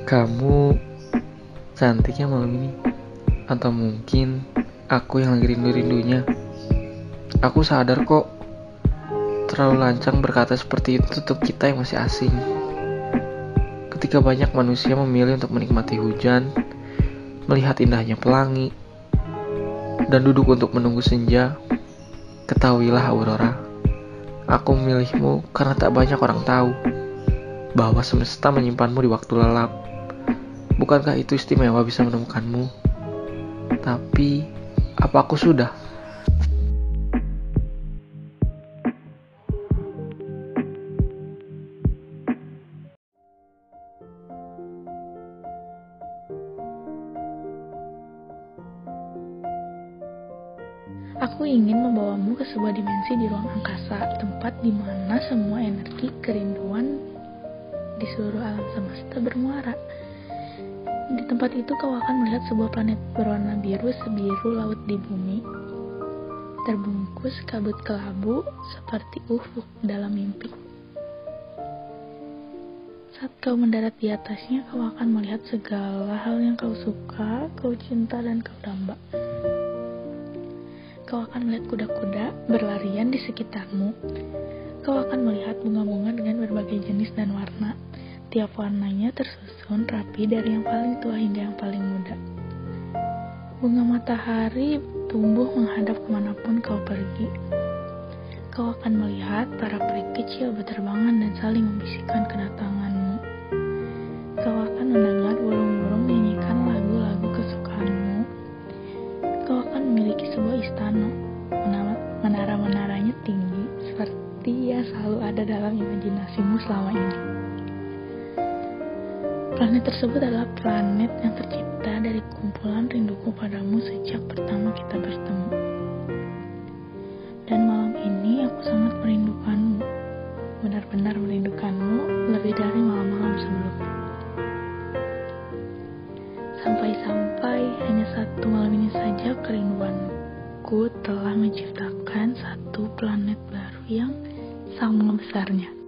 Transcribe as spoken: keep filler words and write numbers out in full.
Kamu cantiknya malam ini. Atau mungkin aku yang lagi rindu-rindunya. Aku sadar kok, terlalu lancang berkata seperti itu untuk kita yang masih asing. Ketika banyak manusia memilih untuk menikmati hujan, melihat indahnya pelangi, dan duduk untuk menunggu senja, ketahuilah Aurora, aku memilihmu karena tak banyak orang tahu bahwa semesta menyimpanmu di waktu lelap. Bukankah itu istimewa bisa menemukanmu? Tapi, apa aku sudah? Aku ingin membawamu ke sebuah dimensi di ruang angkasa, tempat di mana semua energi kerinduan di seluruh alam semesta bermuara. Di tempat itu kau akan melihat sebuah planet berwarna biru sebiru laut di bumi, terbungkus kabut kelabu seperti ufuk dalam mimpi. Saat kau mendarat di atasnya, kau akan melihat segala hal yang kau suka, kau cinta, dan kau damba. Kau akan melihat kuda-kuda berlarian di sekitarmu. Kau akan melihat bunga-bunga dengan berbagai jenis dan warna. Tiap warnanya tersusun rapi dari yang paling tua hingga yang paling muda. Bunga matahari tumbuh menghadap kemanapun kau pergi. Kau akan melihat para peri kecil berterbangan dan saling membisikkan kedatanganmu. Kau akan mendengar burung-burung menyanyikan lagu-lagu kesukaanmu. Kau akan memiliki sebuah istana. Menara-menaranya tinggi, seperti yang selalu ada dalam imajinasimu selama ini. Planet tersebut adalah planet yang tercipta dari kumpulan rinduku padamu sejak pertama kita bertemu. Dan malam ini aku sangat merindukanmu, benar-benar merindukanmu lebih dari malam-malam sebelumnya. Sampai-sampai hanya satu malam ini saja kerinduanku telah menciptakan satu planet baru yang sama besarnya.